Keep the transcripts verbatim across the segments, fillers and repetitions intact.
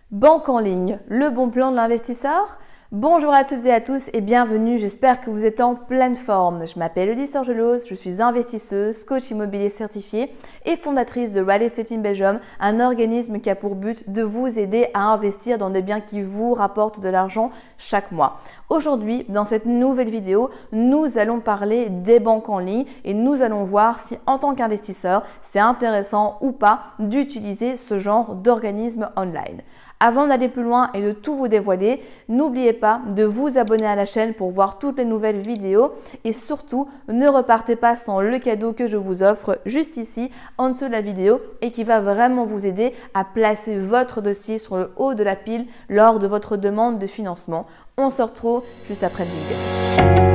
Banque en ligne, le bon plan de l'investisseur? Bonjour à toutes et à tous et bienvenue, j'espère que vous êtes en pleine forme. Je m'appelle Elodie Sorgelos, je suis investisseuse, coach immobilier certifié et fondatrice de Real Estate in Belgium, un organisme qui a pour but de vous aider à investir dans des biens qui vous rapportent de l'argent chaque mois. Aujourd'hui, dans cette nouvelle vidéo, nous allons parler des banques en ligne et nous allons voir si en tant qu'investisseur, c'est intéressant ou pas d'utiliser ce genre d'organisme online. Avant d'aller plus loin et de tout vous dévoiler, n'oubliez pas de vous abonner à la chaîne pour voir toutes les nouvelles vidéos et surtout, ne repartez pas sans le cadeau que je vous offre juste ici en dessous de la vidéo et qui va vraiment vous aider à placer votre dossier sur le haut de la pile lors de votre demande de financement. On se retrouve juste après le jingle.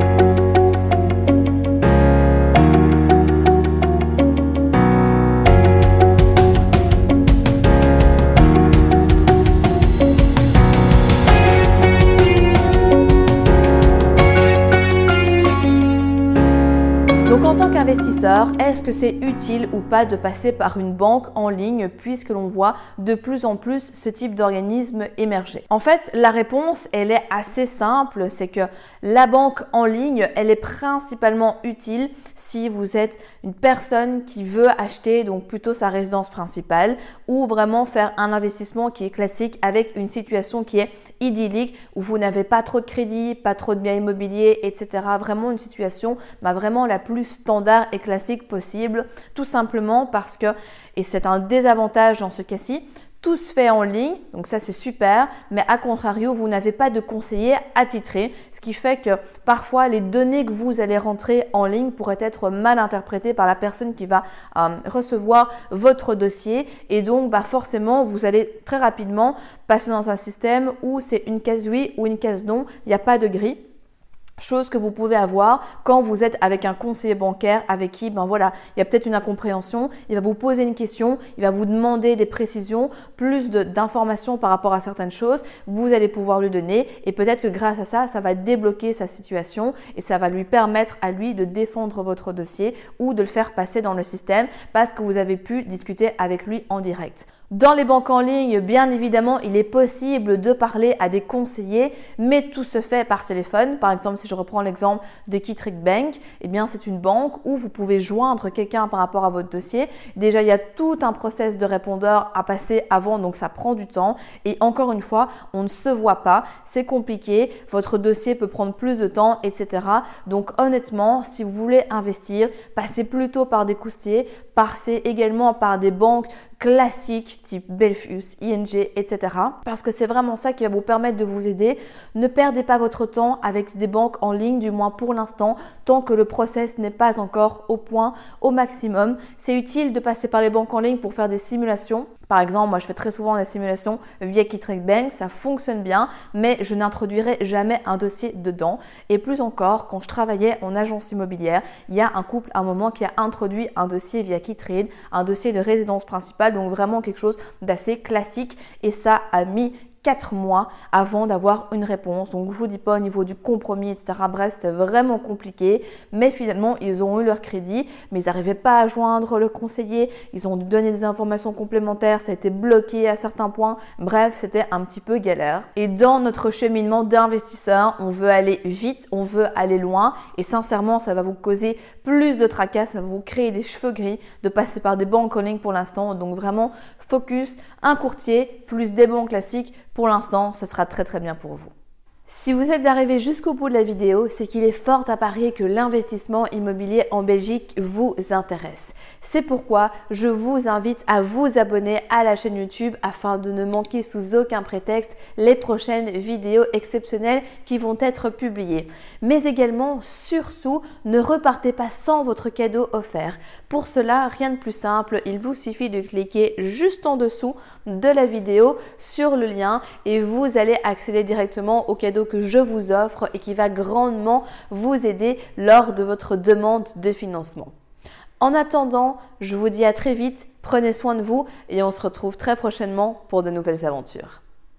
Donc en tant qu'investisseur, est-ce que c'est utile ou pas de passer par une banque en ligne puisque l'on voit de plus en plus ce type d'organisme émerger? En fait, la réponse, elle est assez simple, c'est que la banque en ligne, elle est principalement utile si vous êtes une personne qui veut acheter donc plutôt sa résidence principale ou vraiment faire un investissement qui est classique avec une situation qui est idyllique où vous n'avez pas trop de crédit, pas trop de biens immobiliers, et cetera. Vraiment une situation bah, vraiment la plus standard et classique possible, tout simplement parce que, et c'est un désavantage dans ce cas-ci, tout se fait en ligne, donc ça c'est super, mais à contrario, vous n'avez pas de conseiller attitré, ce qui fait que parfois les données que vous allez rentrer en ligne pourraient être mal interprétées par la personne qui va euh, recevoir votre dossier et donc bah, forcément vous allez très rapidement passer dans un système où c'est une case oui ou une case non, il n'y a pas de grille. Chose que vous pouvez avoir quand vous êtes avec un conseiller bancaire avec qui, ben voilà, il y a peut-être une incompréhension, il va vous poser une question, il va vous demander des précisions, plus d'informations par rapport à certaines choses, vous allez pouvoir lui donner et peut-être que grâce à ça, ça va débloquer sa situation et ça va lui permettre à lui de défendre votre dossier ou de le faire passer dans le système parce que vous avez pu discuter avec lui en direct. Dans les banques en ligne, bien évidemment, il est possible de parler à des conseillers, mais tout se fait par téléphone. Par exemple, si je reprends l'exemple de Keytrade Bank, eh bien, c'est une banque où vous pouvez joindre quelqu'un par rapport à votre dossier. Déjà, il y a tout un process de répondeur à passer avant, donc ça prend du temps. Et encore une fois, on ne se voit pas, c'est compliqué, votre dossier peut prendre plus de temps, et cetera. Donc honnêtement, si vous voulez investir, passez plutôt par des courtiers, passez également par des banques classiques type Belfius, I N G, et cetera. Parce que c'est vraiment ça qui va vous permettre de vous aider. Ne perdez pas votre temps avec des banques en ligne, du moins pour l'instant, tant que le process n'est pas encore au point, au maximum. C'est utile de passer par les banques en ligne pour faire des simulations. Par exemple, moi je fais très souvent des simulations via Keytrade Bank, ça fonctionne bien, mais je n'introduirai jamais un dossier dedans. Et plus encore, quand je travaillais en agence immobilière, il y a un couple à un moment qui a introduit un dossier via Keytrade, un dossier de résidence principale, donc vraiment quelque chose d'assez classique et ça a mis quatre mois avant d'avoir une réponse. Donc, je vous dis pas au niveau du compromis, et cetera. Bref, c'était vraiment compliqué. Mais finalement, ils ont eu leur crédit, mais ils n'arrivaient pas à joindre le conseiller. Ils ont donné des informations complémentaires. Ça a été bloqué à certains points. Bref, c'était un petit peu galère. Et dans notre cheminement d'investisseur, on veut aller vite, on veut aller loin. Et sincèrement, ça va vous causer plus de tracas. Ça va vous créer des cheveux gris de passer par des banques en ligne pour l'instant. Donc, vraiment, focus, un courtier, plus des banques classiques. Pour l'instant, ça sera très très bien pour vous. Si vous êtes arrivé jusqu'au bout de la vidéo, c'est qu'il est fort à parier que l'investissement immobilier en Belgique vous intéresse. C'est pourquoi je vous invite à vous abonner à la chaîne YouTube afin de ne manquer sous aucun prétexte les prochaines vidéos exceptionnelles qui vont être publiées. Mais également, surtout, ne repartez pas sans votre cadeau offert. Pour cela, rien de plus simple, il vous suffit de cliquer juste en dessous de la vidéo sur le lien et vous allez accéder directement au cadeau que je vous offre et qui va grandement vous aider lors de votre demande de financement. En attendant, je vous dis à très vite, prenez soin de vous et on se retrouve très prochainement pour de nouvelles aventures.